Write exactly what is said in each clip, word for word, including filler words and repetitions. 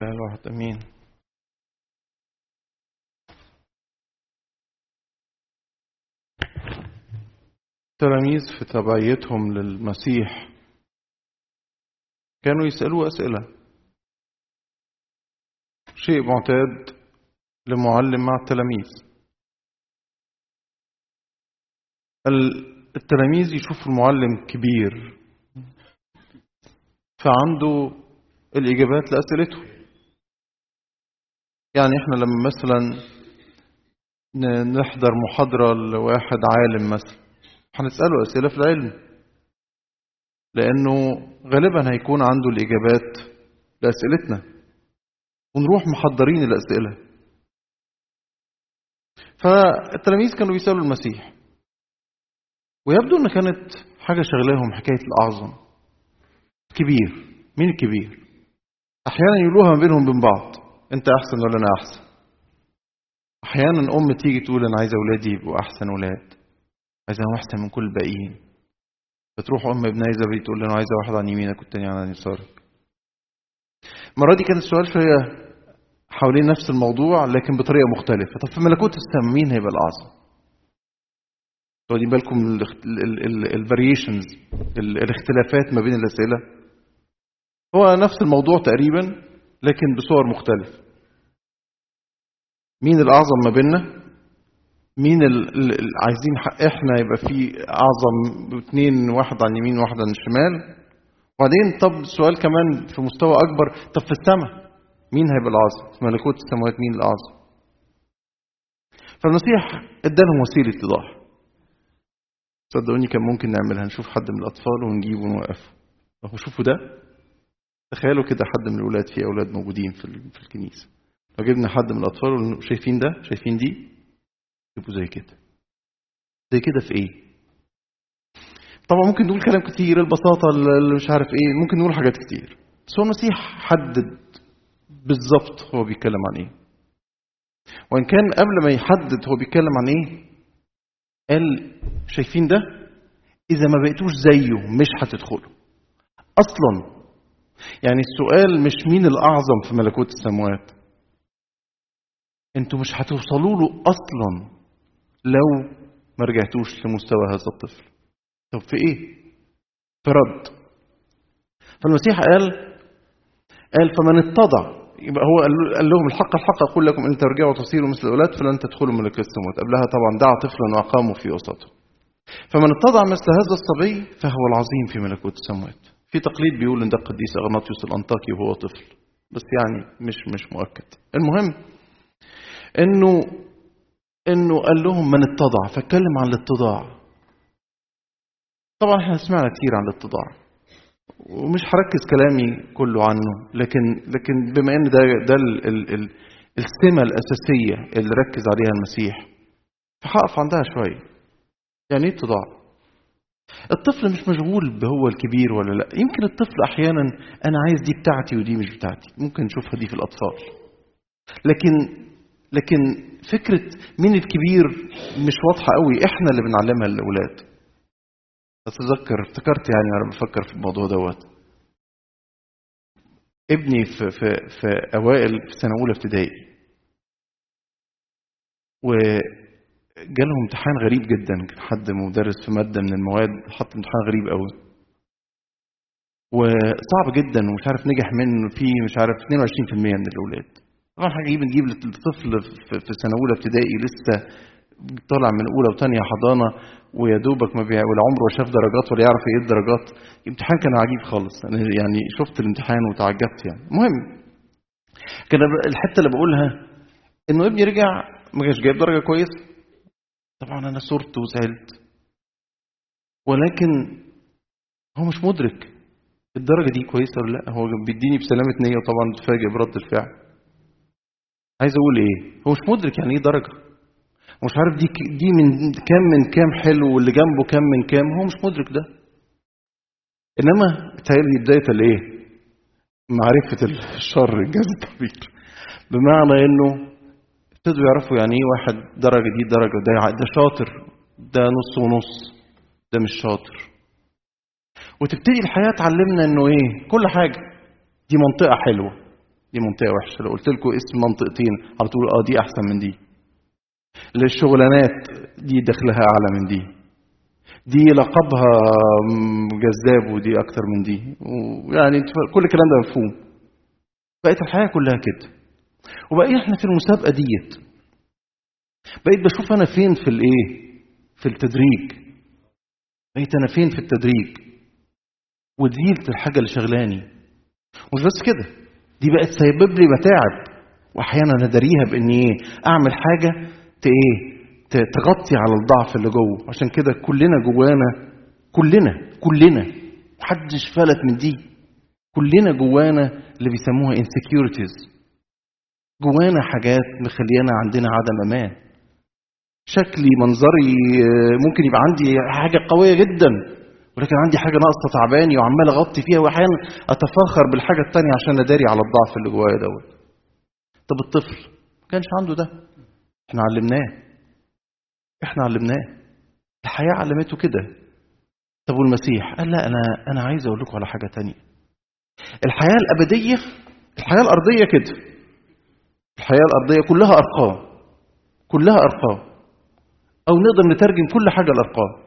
الواحد امين. التلاميذ في تبعيتهم للمسيح كانوا يسألوا أسئلة، شيء معتاد لمعلم مع التلاميذ. التلاميذ يشوفوا المعلم كبير فعنده الإجابات لأسئلته. يعني احنا لما مثلا نحضر محاضرة لواحد عالم مثلا هنسأله أسئلة في العلم، لأنه غالبا هيكون عنده الإجابات لأسئلتنا ونروح محضرين الأسئلة. فالتلاميذ كانوا بيسألوا المسيح، ويبدو أن كانت حاجة شغلاهم حكاية الأعظم كبير. مين الكبير؟ أحيانا يقولوها ما بينهم بين بعض، أنت أحسن ولا أنا أحسن. أحيانا أم تيجي تقول أنا عايزة أولادي يبقوا أحسن أولاد، عايزة أحسن من كل الباقيين، فتروح أم ابنها زبري تقول له أنا عايزة واحد عن يمينك والتاني عن يسارك. المرة دي كان السؤال شوية حوالين نفس الموضوع لكن بطريقة مختلفة. طب في ملكوت السماء مين هيبقى الأعظم؟ واخدين بالكم الفاريشنز، الاختلافات ما بين الأسئلة؟ هو نفس الموضوع تقريبا لكن بصور مختلفة. مين الأعظم ما بيننا؟ مين اللي عايزين احنا يبقى فيه أعظم اثنين، واحد عن اليمين وواحد عن الشمال؟ وبعدين طب السؤال كمان في مستوى أكبر، طب في السماء مين هيبقى الأعظم؟ في ملكوت السماوات مين الأعظم؟ فالمسيح ادالهم وسيلة إيضاح. صدقوني كان ممكن نعملها، نشوف حد من الأطفال ونجيبه ونوقفه. اهو شوفوا ده، تخيلوا كده حد من الأولاد، في أولاد موجودين في في الكنيسة، لو جبنا حد من الأطفال شايفين ده، شايفين دي، يبقوا زي كده. زي كده في إيه؟ طبعا ممكن نقول كلام كتير، البساطة اللي مش عارف إيه، ممكن نقول حاجات كتير، بس هو المسيح حدد بالظبط هو بيتكلم عن إيه. وإن كان قبل ما يحدد هو بيتكلم عن إيه قال شايفين ده، إذا ما بقيتوش زيه مش هتدخلوا أصلا. يعني السؤال مش مين الأعظم في ملكوت السماوات، انتوا مش هتوصلوا له أصلا لو ما رجعتوش لمستوى هذا الطفل. طب في إيه؟ في رد. فالمسيح قال قال فمن اتضع، يبقى هو قال لهم الحق الحق أقول لكم إن ترجعوا تصيروا مثل الأولاد فلن تدخلوا ملكوت السماوات. قبلها طبعا دعا طفلا وأقاموا في وسطه. فمن اتضع مثل هذا الصبي فهو العظيم في ملكوت السماوات. في تقليد بيقول ان ده قديس اغناطيوس الانطاكي وهو طفل، بس يعني مش مش مؤكد. المهم انه انه قال لهم من اتضع، فاتكلم عن الاتضاع. طبعا احنا سمعنا كتير عن الاتضاع ومش هركز كلامي كله عنه، لكن لكن بما ان ده ده ال ال ال السمه الاساسيه اللي ركز عليها المسيح، فهقف عندها شويه. يعني ايه اتضاع؟ الطفل مش مشغول بهو الكبير ولا لا. يمكن الطفل احيانا انا عايز دي بتاعتي ودي مش بتاعتي، ممكن نشوفها دي في الاطفال، لكن لكن فكره مين الكبير مش واضحه قوي، احنا اللي بنعلمها للاولاد. اتذكر افتكرت يعني وانا بفكر في الموضوع دوت، ابني في في في اوائل في سنه اولى ابتدائي، وجالهم امتحان غريب جدا. كان حد مدرس في ماده من المواد حط امتحان غريب قوي وصعب جدا ومش عارف نجح منه فيه مش عارف اثنين وعشرين بالمئة من الاولاد. طبعا حاجه نجيب نجيب للطفل في سنه اولى ابتدائي لسه طالع من اولى وثانيه حضانه ويا دوبك ما بيع ولا عمره شاف درجات ولا يعرف ايه الدرجات. الامتحان كان عجيب خالص، انا يعني شفت الامتحان وتعجبت. يعني المهم كان الحته اللي بقولها انه ابني رجع ما جاش جايب درجه كويسه. طبعا انا صرت وزعلت، ولكن هو مش مدرك الدرجة دي كويسة ولا لا. هو بيديني بسلامة نية وطبعا بتفاجئ برد الفعل. عايز اقول ايه؟ هو مش مدرك يعني ايه درجة، ومش عارف دي دي من كام من كام حلو واللي جنبه كام من كام. هو مش مدرك ده. انما بتهيألي بداية الايه؟ معرفة الشر انجاز التعبير، بمعنى انه ابتدوا يعرفوا يعني ايه واحد درجة دي درجة، ده ده شاطر، ده نص ونص، ده مش شاطر. وتبتدي الحياة تعلمنا انه ايه؟ كل حاجة دي منطقة حلوة دي منطقة وحشة. لو قلت لكم اسم منطقتين على طول اه دي احسن من دي. للشغلانات دي دخلها اعلى من دي، دي لقبها جذاب ودي اكتر من دي، ويعني كل الكلام ده مفهوم. بقيت الحياة كلها كده، وبقيت احنا في المسابقة ديت. بقيت بشوف انا فين في الايه، في التدريج. بقيت انا فين في التدريج، ودي الحاجة اللي شغلاني. مش بس كده، دي بقت تسبب لي متاعب، واحيانا نداريها باني ايه، اعمل حاجة ت ايه تغطي على الضعف اللي جوه. عشان كده كلنا جوانا، كلنا كلنا محدش فلت من دي. كلنا جوانا اللي بيسموها insecurities، جوانا حاجات مخليانا عندنا عدم امان. شكلي منظري ممكن يبقى عندي حاجة قوية جدا، ولكن عندي حاجة ناقصة تعباني وعمال اغطي فيها، واحيانا اتفاخر بالحاجة التانية عشان اداري على الضعف اللي جوايا دوت. طب الطفل ما كانش عنده ده، احنا علمناه احنا علمناه الحياة علمته كده. طب والمسيح قال لا، انا انا عايز اقول لكم على حاجة تانية. الحياة الابدية، الحياة الارضية كده، الحياة الارضية كلها ارقام، كلها ارقام، او نقدر نترجم كل حاجة الارقام.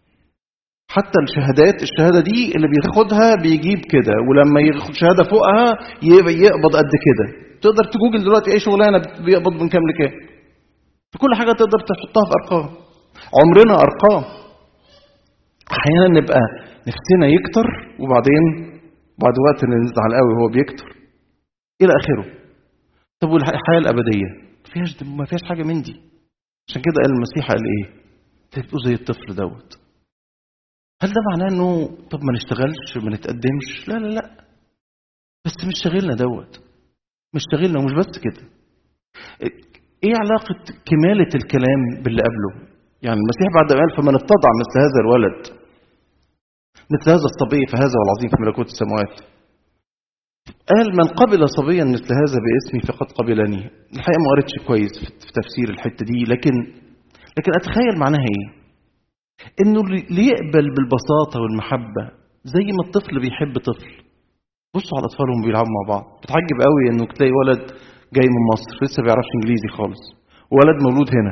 حتى الشهادات، الشهادة دي اللي بياخدها بيجيب كده، ولما ياخد شهادة فوقها يقبض قد كده. تقدر تجوجل دلوقتي اي شغلانة بيقبض من كام لكام، في كل حاجة تقدر تحطها في ارقام. عمرنا ارقام. احيانا نبقى نفسنا يكتر، وبعدين بعد وقت نزعل قوي هو بيكتر الى اخره. طب والحياة الابدية فيهاش، ما فيهاش حاجة من دي. عشان كده قال المسيح قال ايه، تبقوا زي الطفل دوت. هل ده معناه انه طب ما نشتغلش ما نتقدمش؟ لا لا لا، بس مش شاغلنا دوت، مش شاغلنا. ومش بس كده، ايه علاقة كمالة الكلام باللي قبله؟ يعني المسيح بعد ما قال فمن اتضع مثل هذا الولد، مثل هذا الصبي فهذا والعظيم في ملكوت السماوات، قال من قبل صبيا مثل هذا باسمي فقد قبلني. الحقيقة ما قريتش كويس في تفسير الحتة دي، لكن لكن اتخيل معناها ايه، انه اللي يقبل بالبساطة والمحبة زي ما الطفل بيحب طفل. بصوا على الاطفال وهم بيلعبوا مع بعض، بتعجب قوي انه تلاقي ولد جاي من مصر لسه ما بيعرفش انجليزي خالص، وولد مولود هنا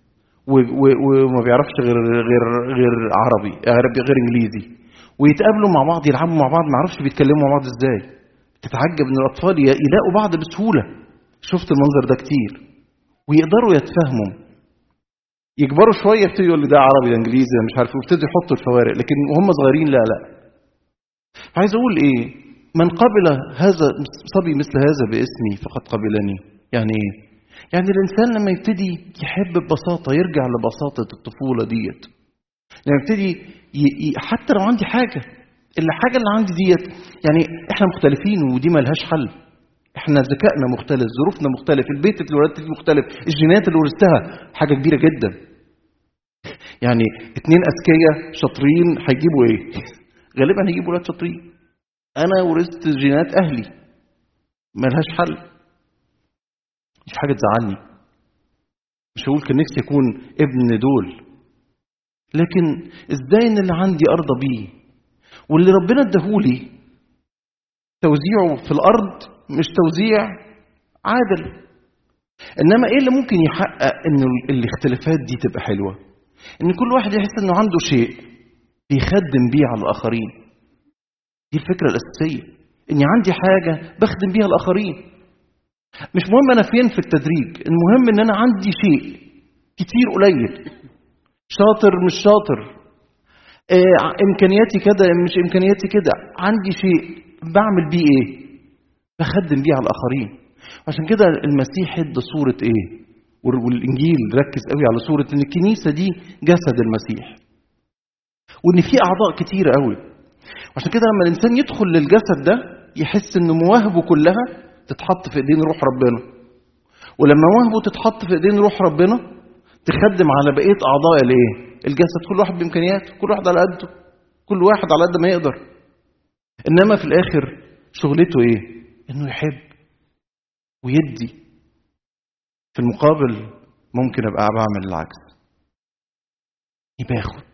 وما بيعرفش غير غير غير عربي غير غير انجليزي، ويتقابلوا مع بعض يلعبوا مع بعض، ما يعرفش بيتكلموا مع بعض ازاي. تتعجب ان الاطفال يلاقوا بعض بسهولة. شفت المنظر ده كتير، ويقدروا يتفاهموا. يكبروا شويه يبتدوا يقول لي ده عربي ده انجليزي ده مش عارف، ويبتدوا يحطوا الفوارق، لكن وهم صغيرين لا لا. عايز اقول ايه، من قبل هذا صبي مثل هذا باسمي فقد قبلني. يعني ايه؟ يعني الانسان لما يبتدي يحب ببساطه يرجع لبساطه الطفوله ديت. لما يبتدي ي... ي... حتى لو عندي حاجه، الحاجه اللي عندي ديت، يعني احنا مختلفين ودي ملهاش حل. احنا ذكائنا مختلف، ظروفنا مختلف، البيت اللي ولدت فيه مختلف، الجينات اللي ورثتها حاجه كبيره جدا. يعني اتنين اذكياء شاطرين هيجيبوا ايه؟ غالبا هيجيبوا ولاد شاطرين. انا ورثت جينات اهلي ملهاش حل، مش حاجه تزعلني. مش هقول كان نفسي اكون ابن دول، لكن ازاي ان اللي عندي ارضى بيه، واللي ربنا اداهولي توزيعه في الارض مش توزيع عادل. انما ايه اللي ممكن يحقق ان الاختلافات دي تبقى حلوه؟ ان كل واحد يحس انه عنده شيء بيخدم بيه على الاخرين. دي الفكره الاساسيه، اني عندي حاجه بخدم بيها الاخرين. مش مهم انا فين في التدريج، المهم ان انا عندي شيء كتير قليل، شاطر مش شاطر، آه امكانياتي كده مش امكانياتي كده، عندي شيء بعمل بيه ايه، بخدم بيه على الاخرين. عشان كده المسيح ادى صوره ايه، والانجيل ركز قوي على صوره ان الكنيسه دي جسد المسيح، وان في اعضاء كتيره قوي. عشان كده لما الانسان يدخل للجسد ده يحس ان مواهبه كلها تتحط في ايدين روح ربنا، ولما مواهبه تتحط في ايدين روح ربنا تخدم على بقيه اعضاء الايه، الجسد، كل واحد بامكانياته، كل واحد على قده، كل واحد على قد ما يقدر. انما في الاخر شغلته ايه، انه يحب ويدي. في المقابل ممكن ابقى بعمل العكس، باخد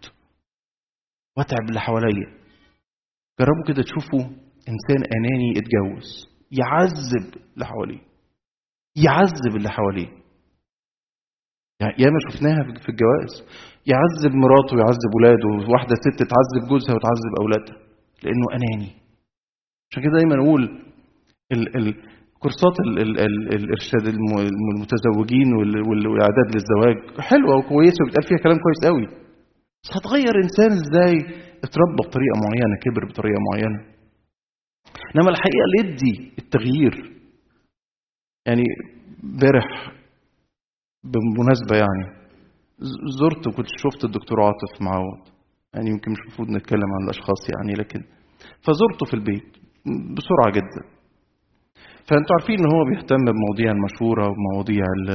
واتعب اللي حواليا. جربوا كده تشوفوا انسان اناني اتجوز، يعذب اللي حواليه، يعذب اللي حواليه. يعني ياما شفناها في الجواز، يعذب مراته ويعذب ولاده، واحدة ست تعذب جوزها وتعذب أولادها لأنه أناني. عشان كده دايما أقول ال ال كورسات ال ال ال الإرشاد المتزوجين والإعداد للزواج حلوة وكويسة وبيتقال فيها كلام كويس قوي، بس هتغير إنسان إزاي اتربى بطريقة معينة، كبر بطريقة معينة. إنما الحقيقة اللي يدي التغيير، يعني امبارح بالمناسبة يعني زرت وكنت شفت الدكتور عاطف معوض، يعني يمكن مش المفروض نتكلم عن الأشخاص يعني، لكن فزرته في البيت بسرعة جدا. فأنتوا عارفين إن هو بيهتم بمواضيع المشورة ومواضيع ال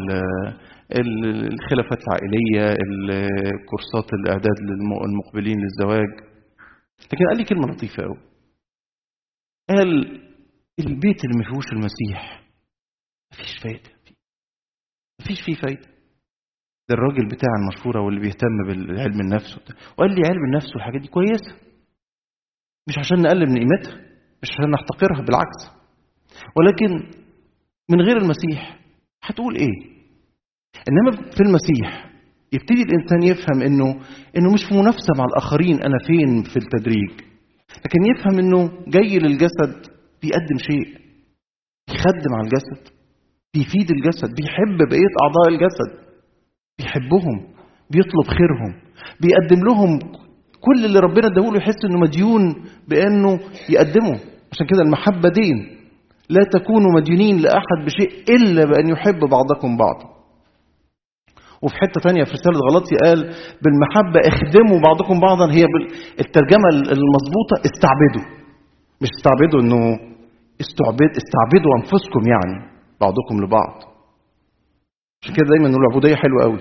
ال الخلافات العائلية، كورسات الإعداد للمقبلين للزواج. لكن قال لي كلمة لطيفة قوي، قال البيت اللي ما فيهوش المسيح مفيش فايدة، مفيش فيه فايدة. ده الراجل بتاع المشورة واللي بيهتم بالعلم النفس، وقال لي علم النفس والحاجات دي كويسة، مش عشان نقلل من قيمتها، مش عشان نحتقرها، بالعكس، ولكن من غير المسيح هتقول ايه؟ انما في المسيح يبتدي الانسان يفهم انه انه مش في منافسة مع الاخرين انا فين في التدريج، لكن يفهم انه جاي للجسد بيقدم شيء، بيخدم على الجسد، بيفيد الجسد، بيحب بقية اعضاء الجسد، بيحبهم، بيطلب خيرهم، بيقدم لهم كل اللي ربنا اداهوله، يحس انه مديون بانه يقدمه. عشان كده المحبة دين، لا تكونوا مديونين لاحد بشيء الا بان يحب بعضكم بعضا. وفي حتة تانية في رسالة غلاطي قال بالمحبة اخدموا بعضكم بعضا، هي الترجمة المضبوطة استعبدوا، مش استعبدوا انه استعبد استعبدوا انفسكم يعني بعضكم لبعض. عشان كده دايما نقول العبودية حلوة قوي،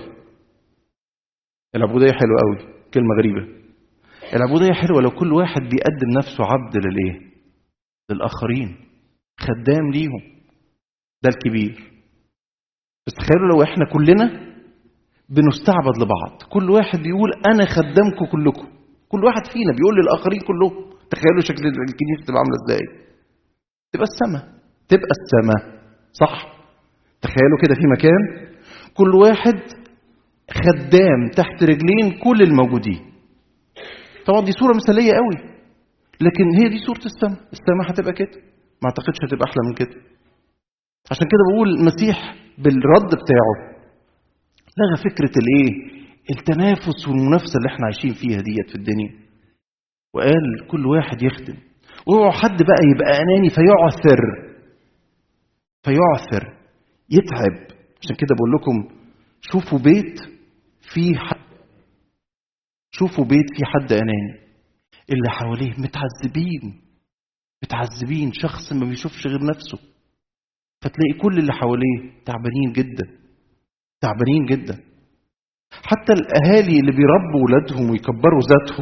العبودية حلوة قوي، كلمة غريبة. العبودية حلوة لو كل واحد بيقدم نفسه عبد للإيه؟ للآخرين، خدام ليهم، ده الكبير. بس تخيلوا لو احنا كلنا بنستعبد لبعض، كل واحد بيقول أنا خدامكم كلكم، كل واحد فينا بيقول للآخرين كلهم. تخيلوا شكل الكنيسة تبقى عاملة ازاي؟ تبقى السماء، تبقى السماء، صح؟ تخيلوا كده في مكان كل واحد خدام تحت رجلين كل الموجودين. طبعا دي صورة مثالية قوي، لكن هي دي صورة السماء. السماء هتبقى كده، ما اعتقدش هتبقى احلى من كده. عشان كده بقول المسيح بالرد بتاعه لغى فكرة الايه؟ التنافس والمنافسة اللي احنا عايشين فيها ديت في الدنيا، وقال كل واحد يخدم. واوعوا حد بقى يبقى اناني فيعثر فيعثر يتعب. عشان كده بقول لكم شوفوا بيت فيه حد، شوفوا بيت فيه حد اناني، اللي حواليه متعذبين متعذبين، شخص ما بيشوفش غير نفسه، فتلاقي كل اللي حواليه تعبانين جدا، تعبانين جدا. حتى الاهالي اللي بيربوا ولادهم ويكبروا ذاتهم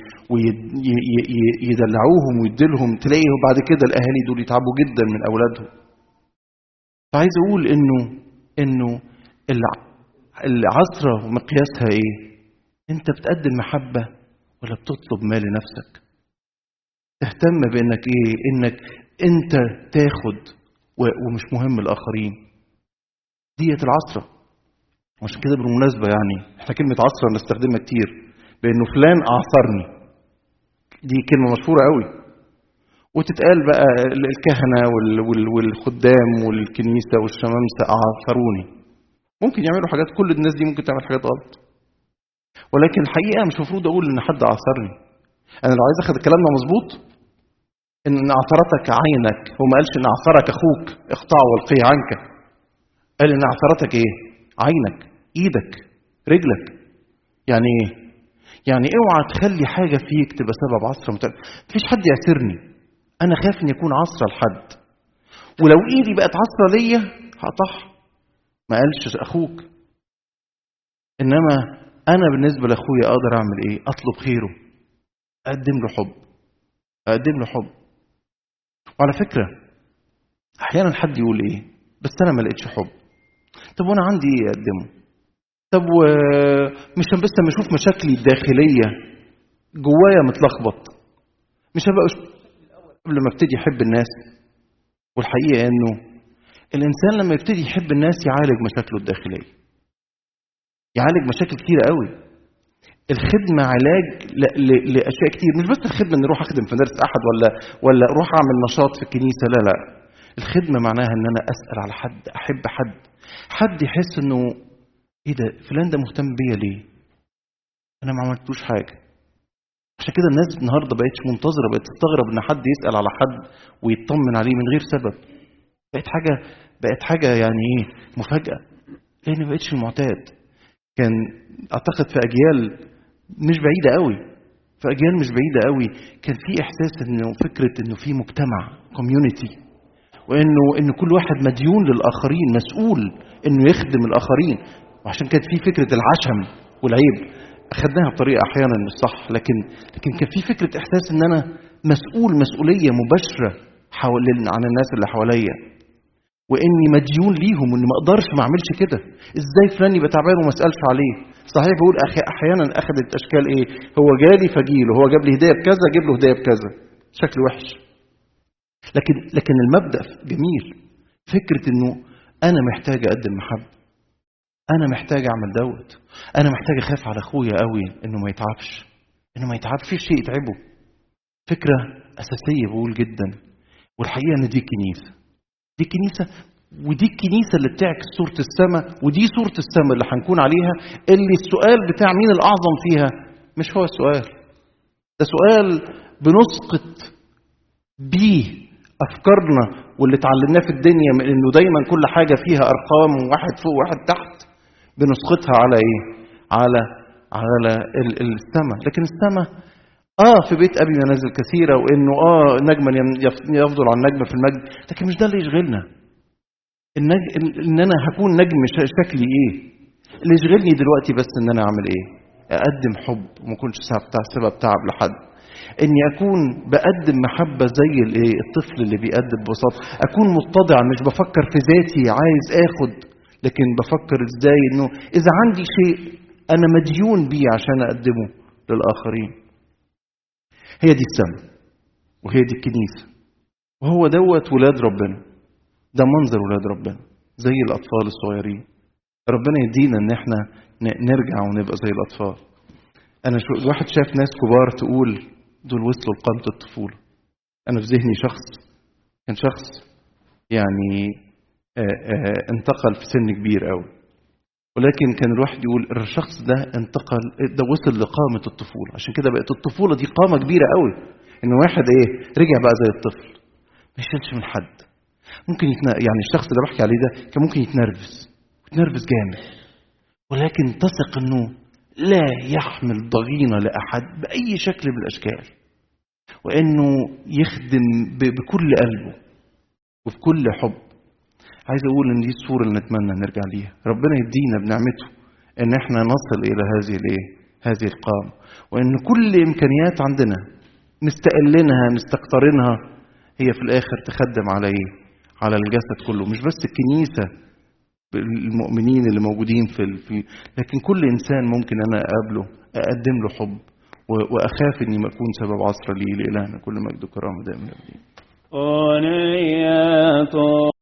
ويدلعوهم ويديلهم، تلاقيه بعد كده الاهالي دول يتعبوا جدا من اولادهم. فعايز اقول انه انه العذراء مقياسها ايه؟ انت بتقدم محبة ولا بتطلب مال لنفسك؟ تهتم بانك ايه؟ انك انت تاخد ومش مهم الاخرين. ديت العذراء. وعشان كده بالمناسبة يعني احنا كلمة عذراء نستخدمها كتير، بانه فلان اعثرني، دي كلمة مشهورة قوي، وتتقال بقى الكهنة والخدام والكنيسة والشمامسة اعثروني. ممكن يعملوا حاجات، كل الناس دي ممكن تعمل حاجات غلط، ولكن الحقيقة مش مفروض أقول إن حد أعثرني. أنا لو عايز أخذ كلامنا مظبوط، إن أعثرتك عينك، هو ما قالش إن أعثرك أخوك اقطعه والقيه عنك، قال إن أعثرتك إيه؟ عينك، إيدك، رجلك. يعني إيه؟ يعني اوعى تخلي حاجة فيك تبقى سبب عثرة. متل... مفيش حد يعثرني، أنا خاف إن يكون عثرة لحد، ولو إيدي بقت عثرة ليا هقطعها. ما قالش أخوك، إنما أنا بالنسبة لأخويا أقدر أعمل إيه؟ أطلب خيره، أقدم له حب، أقدم له حب. وعلى فكرة أحيانا حد يقول إيه؟ بس أنا ما لقيتش حب. طب وأنا عندي إيه أقدمه؟ طب مش بس لما أشوف مشاكلي الداخلية جوايا متلخبط، مش هبقى قبل ما ابتدي أحب الناس؟ والحقيقة انه الانسان لما يبتدي يحب الناس يعالج مشاكله الداخلية، يعالج مشاكل كتيرة قوي. الخدمة علاج لأشياء كتير، مش بس الخدمة ان اروح اخدم في مدارس احد ولا ولا اروح اعمل نشاط في الكنيسة، لا لا. الخدمة معناها ان انا اسأل على حد، احب حد، حد يحس انه ايه ده فلان ده مهتم بيا ليه؟ انا ما عملتوش حاجة. عشان كده الناس النهارده بقتش منتظرة، بقت تستغرب ان حد يسأل على حد ويطمن عليه من غير سبب. بقت حاجة بقت حاجة يعني ايه مفاجأة، لان ما بقتش المعتاد. كان اعتقد في اجيال مش بعيدة قوي، في اجيال مش بعيدة قوي كان في احساس انه فكرة انه في مجتمع كوميونيتي، وانه ان كل واحد مديون للاخرين، مسؤول انه يخدم الاخرين. وعشان كانت في فكرة العشم والعيب، اخدناها بطريقة احيانا مش صح، لكن لكن كان في فكرة احساس ان انا مسؤول مسؤولية مباشرة حول عن الناس اللي حواليا، واني مديون ليهم، واني ما اقدرش ما اعملش كده. ازاي فلان يبقى تعبان وما اسالش عليه؟ صحيح بقول اخي احيانا اخذت اشكال ايه، هو جالي فجيله، هو جاب لي هديه بكذا اجيب له هديه بكذا، شكل وحش. لكن لكن المبدا جميل، فكره انه انا محتاج اقدم محبه، انا محتاج اعمل دوت، انا محتاج اخاف على اخويا قوي انه ما يتعبش، انه ما يتعبش في شيء يتعبه. فكره اساسيه بقول جدا. والحقيقه ان دي كنيسه، دي كنيسة، ودي الكنيسة اللي بتعكس صورة السماء، ودي صورة السماء اللي هنكون عليها. اللي السؤال بتاع مين الأعظم فيها مش هو السؤال ده، سؤال بنسقط بيه أفكارنا واللي اتعلمناه في الدنيا من إنه دايما كل حاجة فيها أرقام واحد فوق واحد تحت، بنسقطها على إيه؟ على على السماء. لكن السماء آه في بيت أبي منازل كثيرة، وإنه آه نجما يفضل عن نجم في المجد، لكن مش ده اللي يشغلنا. النج... إن أنا هكون نجم شكلي إيه؟ اللي يشغلني دلوقتي بس إن أنا أعمل إيه؟ أقدم حب وما أكونش سبب تعب لحد. إني أكون بقدم محبة زي الإيه؟ الطفل اللي بيقدم ببساطة. أكون متضع، مش بفكر في ذاتي عايز آخد، لكن بفكر إزاي إنه إذا عندي شيء أنا مديون بيه عشان أقدمه للآخرين. هي دي السماء، وهي دي الكنيسة، وهو دوت ولاد ربنا. ده منظر ولاد ربنا زي الأطفال الصغيرين. ربنا يدينا ان احنا نرجع ونبقى زي الأطفال. انا شو الواحد شاف ناس كبار تقول دول وصلوا لقامة الطفولة. انا في ذهني شخص كان شخص يعني آآ آآ انتقل في سن كبير قوي، ولكن كان الواحد يقول الشخص ده انتقل، ده وصل لقامة الطفولة. عشان كده بقت الطفولة دي قامة كبيرة قوي، ان واحد ايه رجع بقى زي الطفل، ما يشيلش من حد. ممكن يتنا... يعني الشخص اللي بحكي عليه ده كان ممكن يتنرفز يتنرفز جامد، ولكن تثق انه لا يحمل ضغينة لأحد بأي شكل من الأشكال، وانه يخدم ب... بكل قلبه وبكل حب. عايز اقول ان دي الصورة اللي نتمنى نرجع ليها. ربنا يدينا بنعمته ان احنا نصل الى هذه الايه هذه القامة، وان كل امكانيات عندنا مستقلينها مستقطرينها هي في الاخر تخدم على ايه على الجسد كله، مش بس الكنيسة المؤمنين اللي موجودين في لكن كل إنسان ممكن أنا أقابله أقدم له حب، وأخاف أني ما أكون سبب عصر لي. لإلهنا كل مجد وكرامة دائما.